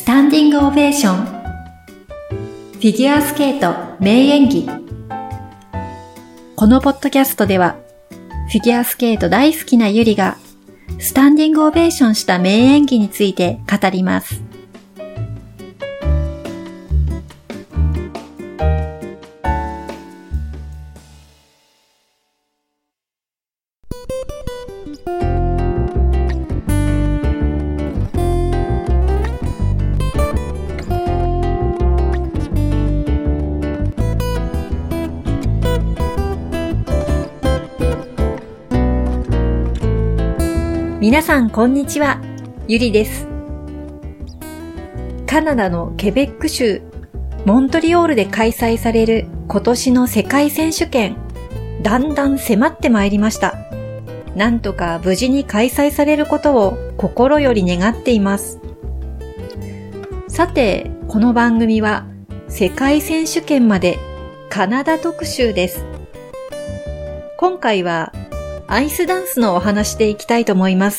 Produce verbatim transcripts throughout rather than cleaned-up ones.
スタンディングオベーション。フィギュアスケート名演技。このポッドキャストでは、フィギュアスケート大好きなゆりが、スタンディングオベーションした名演技について語ります。皆さんこんにちは、ゆりです。カナダのケベック州モントリオールで開催される今年の世界選手権、だんだん迫ってまいりました。なんとか無事に開催されることを心より願っています。さて、この番組は世界選手権までカナダ特集です。今回はアイスダンスのお話でいきたいと思います。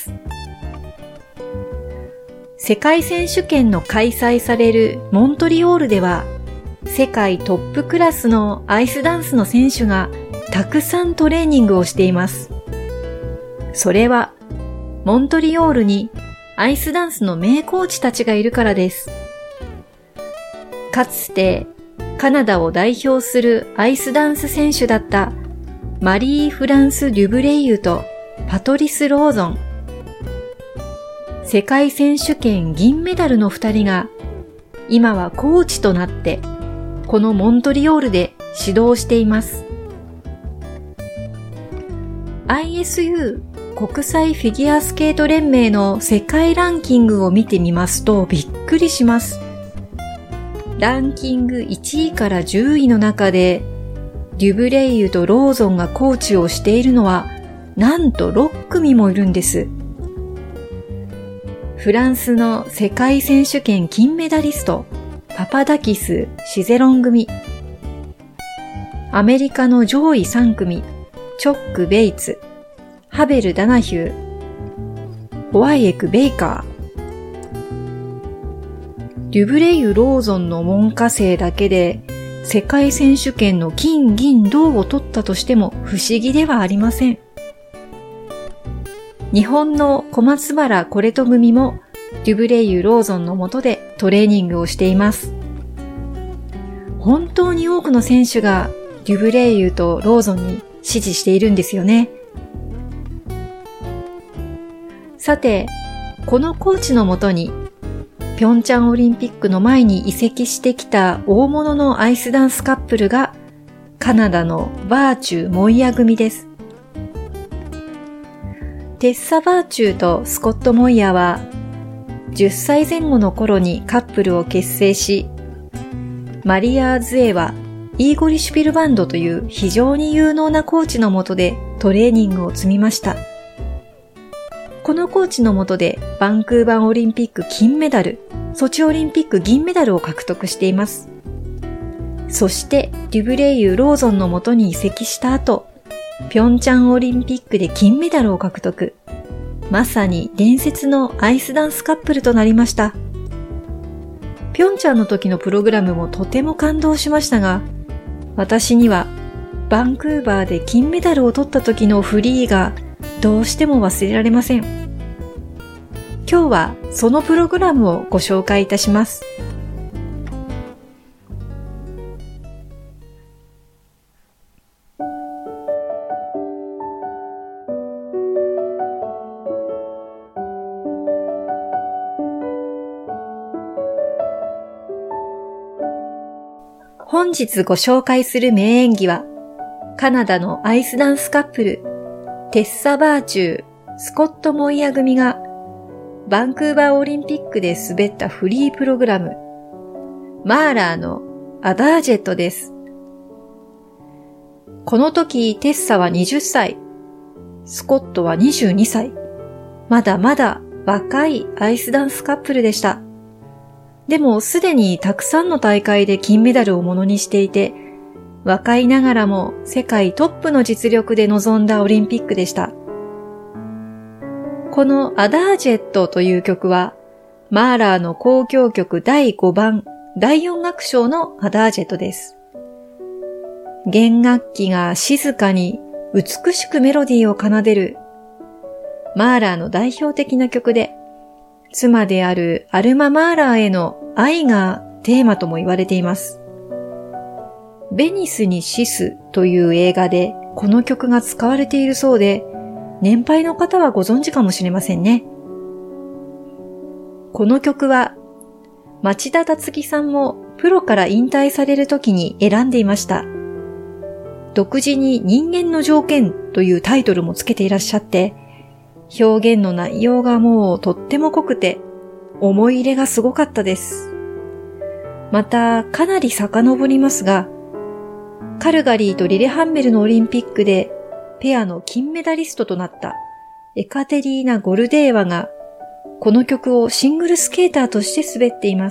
世界選手権の開催されるモントリオールでは、世界トップクラスのアイスダンスの選手がたくさんトレーニングをしています。それは、モントリオールにアイスダンスの名コーチたちがいるからです。かつて、カナダを代表するアイスダンス選手だったマリー・フランス・デュブレイユとパトリス・ローゾン。世界選手権銀メダルの二人が、今はコーチとなって、このモントリオールで指導しています。アイエスユー 国際フィギュアスケート連盟の世界ランキングを見てみますとびっくりします。ランキングいちいからじゅういの中で、デュブレイユとローゾンがコーチをしているのは、なんとろっくみもいるんです。フランスの世界選手権金メダリスト、パパダキス・シゼロン組。アメリカの上位さんくみ、チョック・ベイツ、ハベル・ダナヒュー、ホワイエク・ベイカー。デュブレイユ・ローゾンの門下生だけで、世界選手権の金銀銅を取ったとしても不思議ではありません。日本の小松原コレト組もデュブレイユ・ローゾンの下でトレーニングをしています。本当に多くの選手がデュブレイユとローゾンに支持しているんですよね。さて、このコーチの下にピョンチャンオリンピックの前に移籍してきた大物のアイスダンスカップルがカナダのバーチュー・モイヤ組です。テッサ・バーチューとスコット・モイヤはじゅっさいぜん後の頃にカップルを結成し、マリアーズエはイーゴリ・シュピルバンドという非常に有能なコーチの下でトレーニングを積みました。このコーチの下でバンクーバーオリンピック金メダル、ソチオリンピック銀メダルを獲得しています。そしてデュブレイユ・ローゾンの下に移籍した後、ピョンチャンオリンピックで金メダルを獲得。まさに伝説のアイスダンスカップルとなりました。ピョンチャンの時のプログラムもとても感動しましたが、私にはバンクーバーで金メダルを取った時のフリーがどうしても忘れられません。今日はそのプログラムをご紹介いたします。本日ご紹介する名演技は、カナダのアイスダンスカップル、テッサ・バーチュー、スコット・モイヤ組が、バンクーバーオリンピックで滑ったフリープログラム、マーラーのアダージェットです。この時テッサははたち、スコットはにじゅうにさい。まだまだ若いアイスダンスカップルでした。でもすでにたくさんの大会で金メダルをものにしていて、若いながらも世界トップの実力で臨んだオリンピックでした。このアダージェットという曲は、 マーラーの交響曲だいごばん、だいよん楽章のアダージェットです。弦楽器が静かに美しくメロディーを奏でるマーラーの代表的な曲で、妻であるアルマ・マーラーへの愛がテーマとも言われています。ベニスに死すという映画でこの曲が使われているそうで、年配の方はご存知かもしれませんね。この曲は町田達樹さんもプロから引退される時に選んでいました。独自に人間の条件というタイトルもつけていらっしゃって、表現の内容がもうとっても濃くて、思い入れがすごかったです。また、かなり遡りますが、カルガリーとリレハンメルのオリンピックでペアの金メダリストとなったエカテリーナ・ゴルデーワが、この曲をシングルスケーターとして滑っています。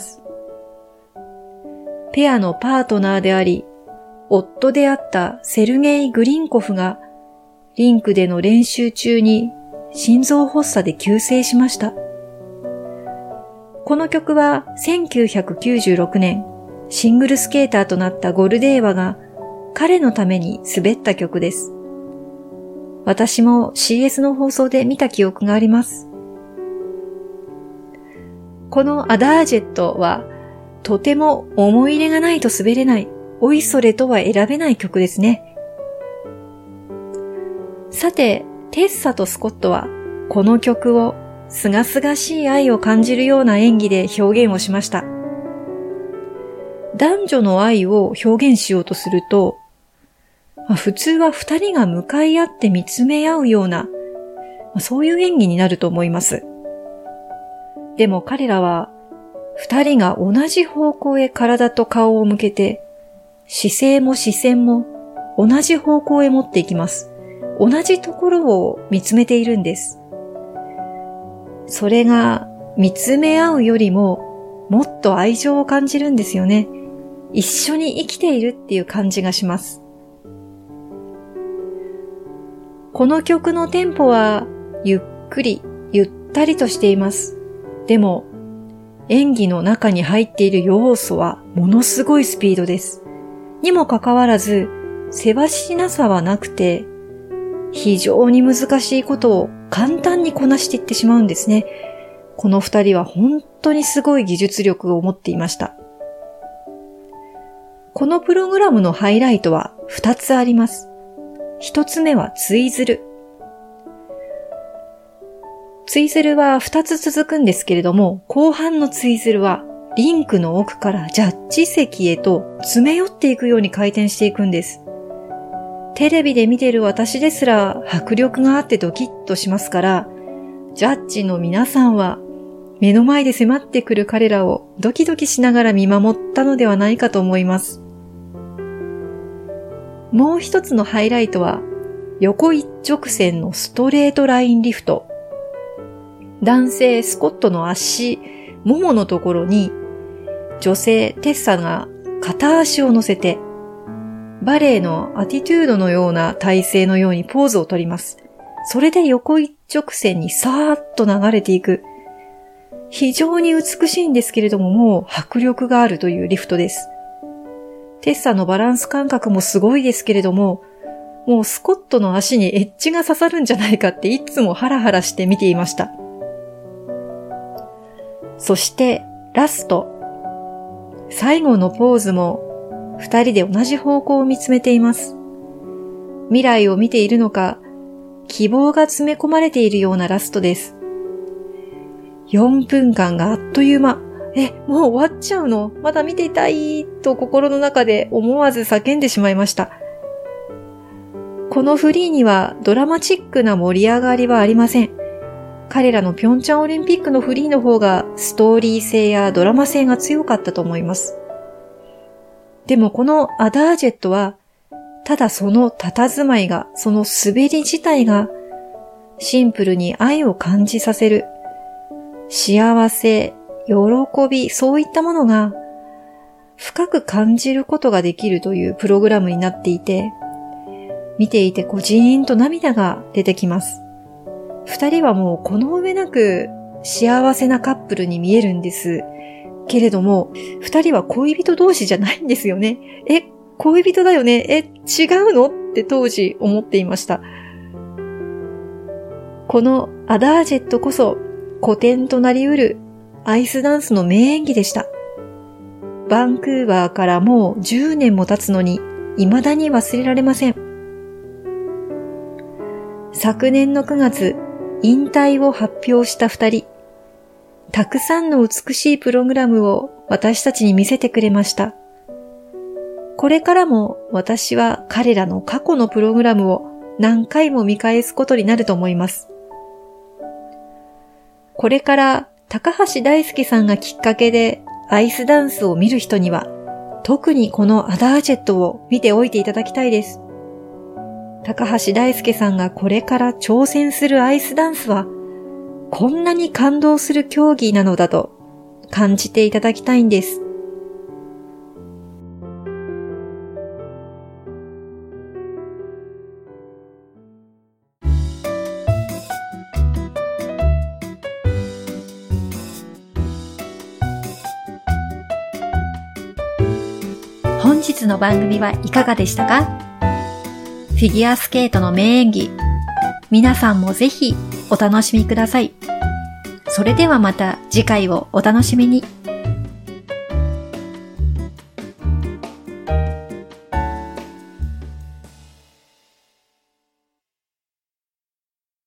ペアのパートナーであり、夫であったセルゲイ・グリンコフがリンクでの練習中に心臓発作で急逝しました。この曲はせんきゅうひゃくきゅうじゅうろくねんシングルスケーターとなったゴルデーワが彼のために滑った曲です。私も シーエス の放送で見た記憶があります。このアダージェットはとても思い入れがないと滑れない、おいそれとは選べない曲ですね。さて、テッサとスコットはこの曲をすがすがしい愛を感じるような演技で表現をしました。男女の愛を表現しようとすると、普通は二人が向かい合って見つめ合うような、そういう演技になると思います。でも彼らは二人が同じ方向へ体と顔を向けて、姿勢も視線も同じ方向へ持っていきます。同じところを見つめているんです。それが見つめ合うよりももっと愛情を感じるんですよね。一緒に生きているっていう感じがします。この曲のテンポはゆっくりゆったりとしています。でも演技の中に入っている要素はものすごいスピードです。にもかかわらず、せわしなさはなくて、非常に難しいことを簡単にこなしていってしまうんですね。この二人は本当にすごい技術力を持っていました。このプログラムのハイライトは二つあります。一つ目はツイズル。ツイズルは二つ続くんですけれども、後半のツイズルはリンクの奥からジャッジ席へと詰め寄っていくように回転していくんです。テレビで見てる私ですら迫力があってドキッとしますから、ジャッジの皆さんは目の前で迫ってくる彼らをドキドキしながら見守ったのではないかと思います。もう一つのハイライトは横一直線のストレートラインリフト。男性スコットの足、もものところに女性テッサが片足を乗せてバレエのアティトゥードのような体勢のようにポーズをとります。それで横一直線にさーっと流れていく。非常に美しいんですけれども、もう迫力があるというリフトです。テッサのバランス感覚もすごいですけれども、もうスコットの足にエッジが刺さるんじゃないかっていつもハラハラして見ていました。そしてラスト。最後のポーズも二人で同じ方向を見つめています。未来を見ているのか、希望が詰め込まれているようなラストです。よんぷんかんがあっという間。え、もう終わっちゃうの？まだ見ていたいと心の中で思わず叫んでしまいました。このフリーにはドラマチックな盛り上がりはありません。彼らのピョンチャンオリンピックのフリーの方がストーリー性やドラマ性が強かったと思います。でもこのアダージェットは、ただその佇まいが、その滑り自体がシンプルに愛を感じさせる。幸せ、喜び、そういったものが深く感じることができるというプログラムになっていて、見ていてこうジーンと涙が出てきます。二人はもうこの上なく幸せなカップルに見えるんです。けれども、二人は恋人同士じゃないんですよね。え、恋人だよね？え、違うの？って当時思っていました。このアダージェットこそ古典となりうるアイスダンスの名演技でした。バンクーバーからもうじゅうねんも経つのに未だに忘れられません。昨年のくがつ、引退を発表した二人。たくさんの美しいプログラムを私たちに見せてくれました。これからも私は彼らの過去のプログラムを何回も見返すことになると思います。これから高橋大輔さんがきっかけでアイスダンスを見る人には、特にこのアダージェットを見ておいていただきたいです。高橋大輔さんがこれから挑戦するアイスダンスは、こんなに感動する競技なのだと感じていただきたいんです。本日の番組はいかがでしたか？フィギュアスケートの名演技、皆さんもぜひお楽しみください。それではまた次回をお楽しみに。